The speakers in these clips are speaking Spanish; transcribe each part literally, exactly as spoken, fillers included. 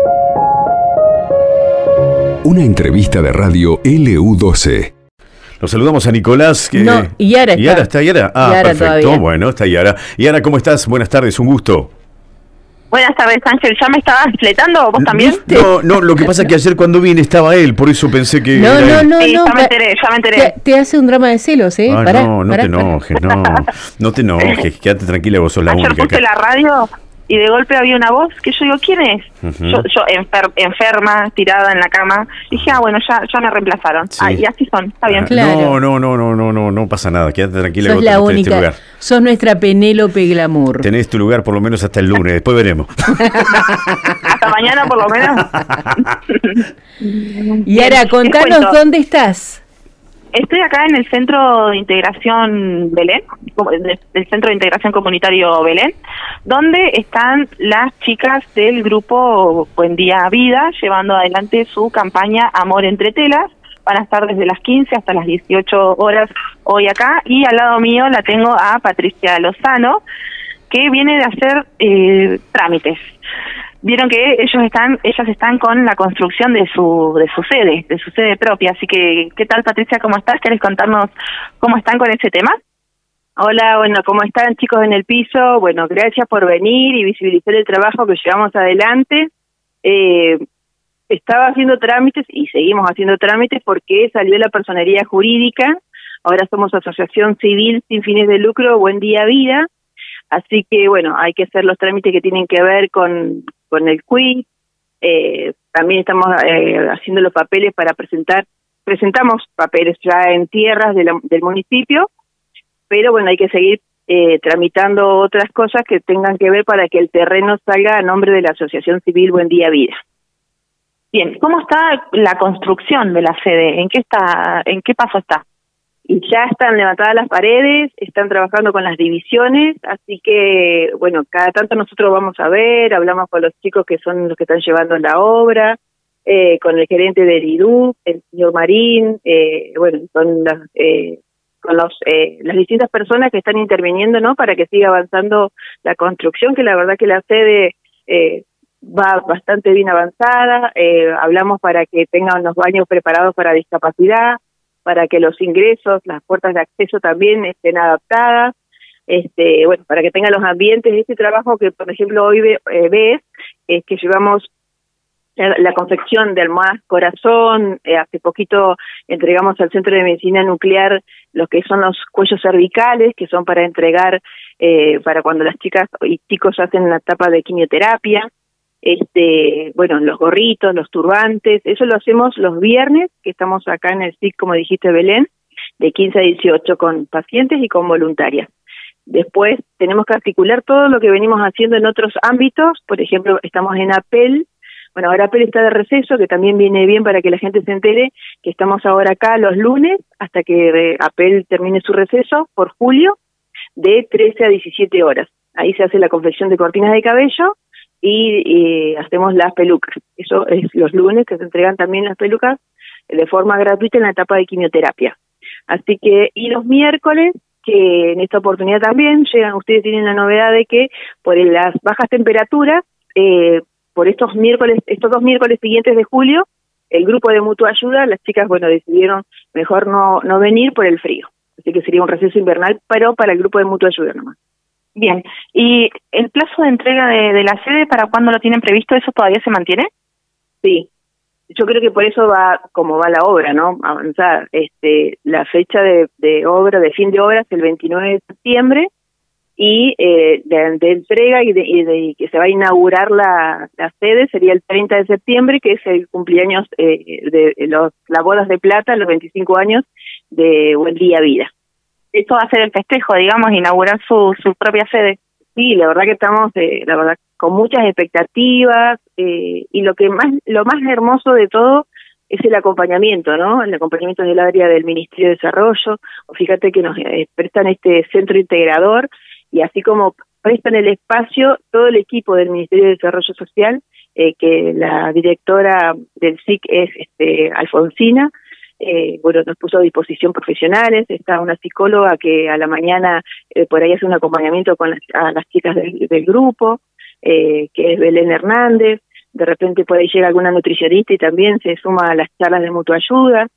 Una entrevista de radio L U doce. Nos saludamos a Nicolás. Que... No, Yara está. ¿Yara está? ¿Yara? Ah, Yara perfecto. todavía. Bueno, está Yara. Yara, ¿cómo estás? Buenas tardes, un gusto. Buenas tardes, Ángel. ¿Ya me estabas fletando vos también? ¿Viste? No, no, lo que pasa es que ayer cuando vine estaba él, por eso pensé que... No, era no, él. no, Sí, no. ya me pa- enteré, ya me enteré. Te, te hace un drama de celos, ¿eh? Ah, Pará, no, no pará, te pará. enojes, no. No te enojes, quédate tranquila, vos sos la Ayer única. puse acá. la radio y de golpe había una voz que yo digo, ¿quién es? Ujú. Yo, yo enfer- enferma, tirada en la cama. Dije, ah, bueno, ya, ya me reemplazaron. Sí. Ah, y así son, está bien. Ah, Claro. No, no, no, no, no, no, no pasa nada, quédate tranquila. Sos vos la tenés única. Este lugar. Sos nuestra Penélope Glamour. Tenés tu lugar por lo menos hasta el lunes, después veremos. Hasta mañana por lo menos. Yara, Bien, contanos les cuento. dónde estás. Estoy acá en el Centro de Integración Belén, como- de- del Centro de Integración Comunitario Belén, donde están las chicas del grupo Buen Día Vida, llevando adelante su campaña Amor entre Telas. Van a estar desde las quince hasta las dieciocho horas hoy acá, y al lado mío la tengo a Patricia Lozano, que viene de hacer eh, trámites. Vieron que ellos están, ellas están con la construcción de su de su sede, de su sede propia. Así que, ¿qué tal, Patricia? ¿Cómo estás? ¿Querés contarnos cómo están con ese tema? Hola, bueno, ¿cómo están, chicos en el piso? Bueno, gracias por venir y visibilizar el trabajo que llevamos adelante. Eh, estaba haciendo trámites y seguimos haciendo trámites porque salió la personería jurídica. Ahora somos asociación civil sin fines de lucro, Buen Día Vida. Así que, bueno, hay que hacer los trámites que tienen que ver con, con el Q I. Eh, también estamos eh, haciendo los papeles para presentar, presentamos papeles ya en tierras de la, del municipio, pero bueno, hay que seguir eh, tramitando otras cosas que tengan que ver para que el terreno salga a nombre de la Asociación Civil Buen Día Vida. Bien, ¿cómo está la construcción de la sede? ¿En qué está, en qué paso está? Y ya están levantadas las paredes, están trabajando con las divisiones, así que, bueno, cada tanto nosotros vamos a ver, hablamos con los chicos que son los que están llevando la obra, eh, con el gerente del I D U, el señor Marín, eh, bueno, con las, eh, con los, eh, las distintas personas que están interviniendo, ¿no?, para que siga avanzando la construcción, que la verdad que la sede eh, va bastante bien avanzada. Eh, hablamos para que tengan los baños preparados para discapacidad, para que los ingresos, las puertas de acceso también estén adaptadas, este, bueno, para que tengan los ambientes. Este trabajo que, por ejemplo, hoy ve, eh, ves, es que llevamos la, la confección de almohadas corazón. Eh, hace poquito entregamos al Centro de Medicina Nuclear los que son los cuellos cervicales, que son para entregar eh, para cuando las chicas y chicos hacen la etapa de quimioterapia. Este, bueno, los gorritos, los turbantes, eso lo hacemos los viernes, que estamos acá en el S I C, como dijiste, Belén, de quince a dieciocho, con pacientes y con voluntarias. Después tenemos que articular todo lo que venimos haciendo en otros ámbitos. Por ejemplo, estamos en APEL. Bueno, ahora APEL está de receso, que también viene bien para que la gente se entere que estamos ahora acá los lunes hasta que APEL termine su receso por julio, de trece a diecisiete horas. Ahí se hace la confección de cortinas de cabello y eh, hacemos las pelucas. Eso es los lunes, que se entregan también las pelucas de forma gratuita en la etapa de quimioterapia. Así que, y los miércoles, que en esta oportunidad también llegan, ustedes tienen la novedad de que por las bajas temperaturas, eh, por estos miércoles, estos dos miércoles siguientes de julio, el grupo de mutua ayuda, las chicas, bueno, decidieron mejor no, no venir por el frío. Así que sería un receso invernal, pero para el grupo de mutua ayuda nomás. Bien, ¿y el plazo de entrega de, de la sede, para cuándo lo tienen previsto? ¿Eso todavía se mantiene? Sí, yo creo que por eso va como va la obra, ¿no? Avanzar. Este, la fecha de, de obra, de fin de obra, es el veintinueve de septiembre, y eh, de, de entrega y de, y de y que se va a inaugurar la, la sede sería el treinta de septiembre, que es el cumpleaños eh, de los las bodas de plata, los veinticinco años de Buen Día Vida. Esto va a ser el festejo, digamos, inaugurar su, su propia sede. Sí, la verdad que estamos, eh, la verdad, con muchas expectativas, eh, y lo que más, lo más hermoso de todo es el acompañamiento, ¿no? El acompañamiento del área del Ministerio de Desarrollo. O fíjate que nos eh, prestan este centro integrador, y así como prestan el espacio todo el equipo del Ministerio de Desarrollo Social, eh, que la directora del S I C es este, Alfonsina. Eh, bueno, nos puso a disposición profesionales. Está una psicóloga que a la mañana eh, por ahí hace un acompañamiento con las, a las chicas del, del grupo, eh, que es Belén Hernández. de repente por ahí llega alguna nutricionista y también se suma a las charlas de mutua ayuda,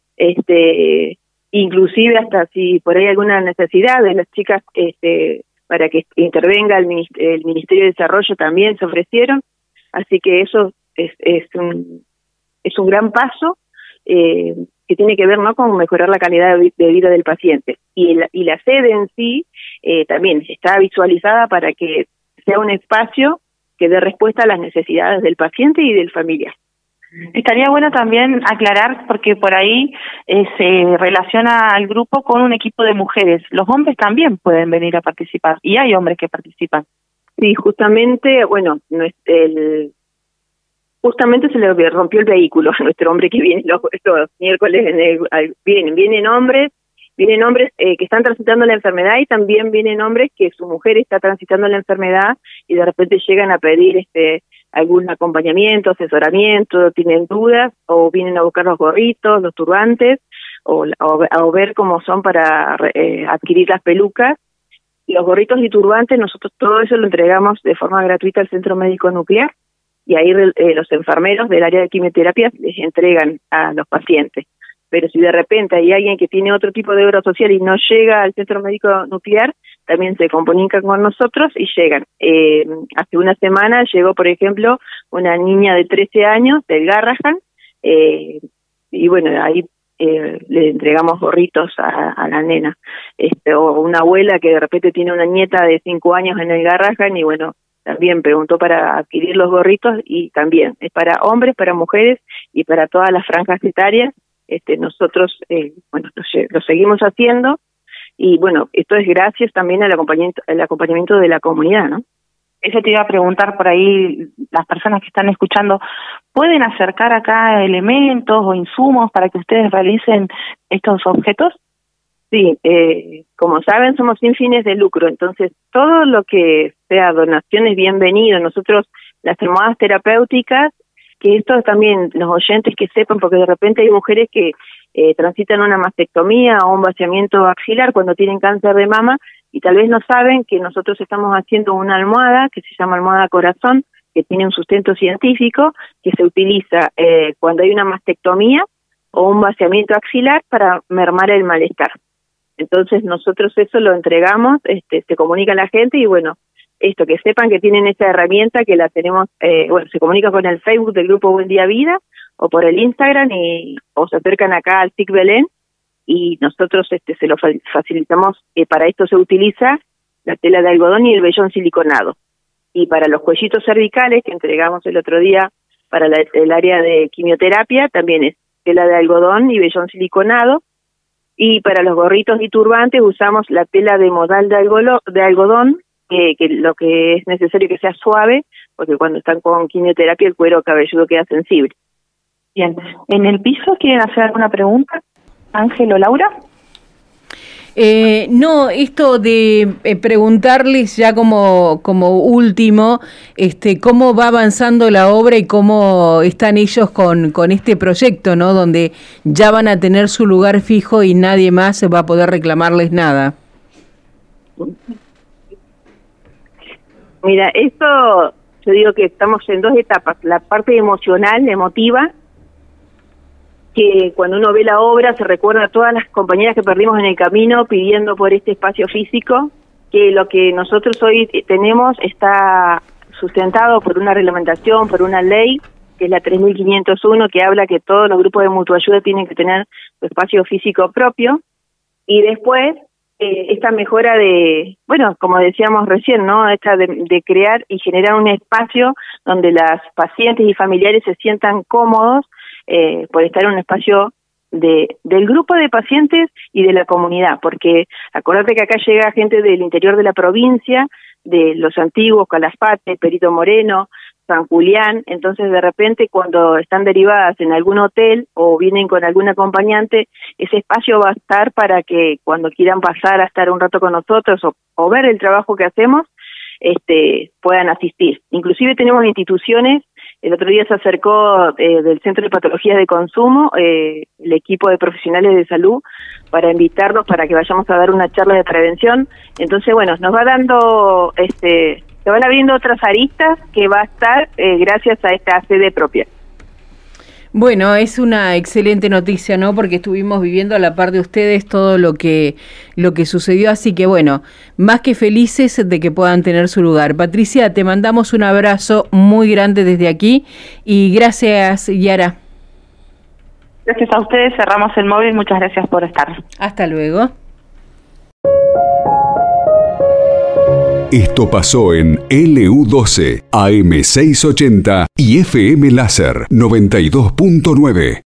este, inclusive hasta si por ahí hay alguna necesidad de las chicas, este, para que intervenga el Ministerio, el Ministerio de Desarrollo también se ofrecieron, así que eso es, es un es un gran paso eh, que tiene que ver, ¿no?, con mejorar la calidad de vida del paciente. Y, el, y la sede en sí eh, también está visualizada para que sea un espacio que dé respuesta a las necesidades del paciente y del familiar. Estaría bueno también aclarar, porque por ahí eh, se relaciona al grupo con un equipo de mujeres. Los hombres también pueden venir a participar, y hay hombres que participan. Sí, justamente, bueno, el, justamente se le rompió el vehículo a nuestro hombre que viene los, los miércoles, en el, vienen, vienen hombres, vienen hombres eh, que están transitando la enfermedad, y también vienen hombres que su mujer está transitando la enfermedad y de repente llegan a pedir este algún acompañamiento, asesoramiento, tienen dudas, o vienen a buscar los gorritos, los turbantes, o, o, o ver cómo son para eh, adquirir las pelucas. Los gorritos y turbantes, nosotros todo eso lo entregamos de forma gratuita al Centro Médico Nuclear, y ahí eh, los enfermeros del área de quimioterapia les entregan a los pacientes. Pero si de repente hay alguien que tiene otro tipo de obra social y no llega al Centro Médico Nuclear, también se comunican con nosotros y llegan. Eh, hace una semana llegó, por ejemplo, una niña de trece años del Garrahan, eh, y bueno, ahí eh, le entregamos gorritos a, a la nena. Este, o una abuela que de repente tiene una nieta de cinco años en el Garrahan, y bueno, también preguntó para adquirir los gorritos, y también es para hombres, para mujeres y para todas las franjas etarias. Este, nosotros, eh, bueno, lo, lo seguimos haciendo, y bueno, esto es gracias también al acompañamiento, al acompañamiento de la comunidad, ¿no? Eso te iba a preguntar por ahí, las personas que están escuchando, ¿pueden acercar acá elementos o insumos para que ustedes realicen estos objetos? Sí, eh, como saben, somos sin fines de lucro, entonces todo lo que sea donación es bienvenido. Nosotros, las almohadas terapéuticas, que esto también los oyentes que sepan, porque de repente hay mujeres que eh, transitan una mastectomía o un vaciamiento axilar cuando tienen cáncer de mama, y tal vez no saben que nosotros estamos haciendo una almohada que se llama almohada corazón, que tiene un sustento científico, que se utiliza eh, cuando hay una mastectomía o un vaciamiento axilar para mermar el malestar. Entonces nosotros eso lo entregamos, este, se comunica a la gente, y bueno, esto, que sepan que tienen esta herramienta, que la tenemos, eh, bueno, se comunica con el Facebook del Grupo Buen Día Vida, o por el Instagram, y o se acercan acá al S I C Belén, y nosotros este se lo facilitamos. Eh, para esto se utiliza la tela de algodón y el vellón siliconado. Y para los cuellitos cervicales, que entregamos el otro día para la, el área de quimioterapia, también es tela de algodón y vellón siliconado. Y para los gorritos y turbantes usamos la tela de modal de, algolo, de algodón, que, que lo que es necesario que sea suave, porque cuando están con quimioterapia el cuero cabelludo queda sensible. Bien, ¿en el piso quieren hacer alguna pregunta, Ángel o Laura? Eh, no, esto de eh, preguntarles ya como, como último, este, cómo va avanzando la obra y cómo están ellos con, con este proyecto, ¿no? Donde ya van a tener su lugar fijo y nadie más va a poder reclamarles nada. Mira, esto yo digo que estamos en dos etapas. La parte emocional, emotiva, que cuando uno ve la obra se recuerda a todas las compañeras que perdimos en el camino pidiendo por este espacio físico, que lo que nosotros hoy tenemos está sustentado por una reglamentación, por una ley, que es la tres mil quinientos uno, que habla que todos los grupos de mutuayuda tienen que tener su espacio físico propio, y después eh, esta mejora de, bueno, como decíamos recién, ¿no? Esta de, de crear y generar un espacio donde las pacientes y familiares se sientan cómodos, Eh, por estar en un espacio de del grupo de pacientes y de la comunidad, porque acordate que acá llega gente del interior de la provincia, de los antiguos, Calafate, Perito Moreno, San Julián, entonces de repente cuando están derivadas en algún hotel o vienen con algún acompañante, ese espacio va a estar para que cuando quieran pasar a estar un rato con nosotros o, o ver el trabajo que hacemos, este puedan asistir. Inclusive tenemos instituciones. El otro día se acercó eh, del Centro de Patologías de Consumo eh, el equipo de profesionales de salud para invitarnos para que vayamos a dar una charla de prevención. Entonces, bueno, nos va dando este se van abriendo otras aristas que va a estar eh, gracias a esta sede propia. Bueno, es una excelente noticia, ¿no? Porque estuvimos viviendo a la par de ustedes todo lo que lo que sucedió, así que bueno, más que felices de que puedan tener su lugar. Patricia, te mandamos un abrazo muy grande desde aquí y gracias, Yara. Gracias a ustedes, cerramos el móvil, muchas gracias por estar. Hasta luego. Esto pasó en L U doce, A M seiscientos ochenta y F M Láser noventa y dos punto nueve.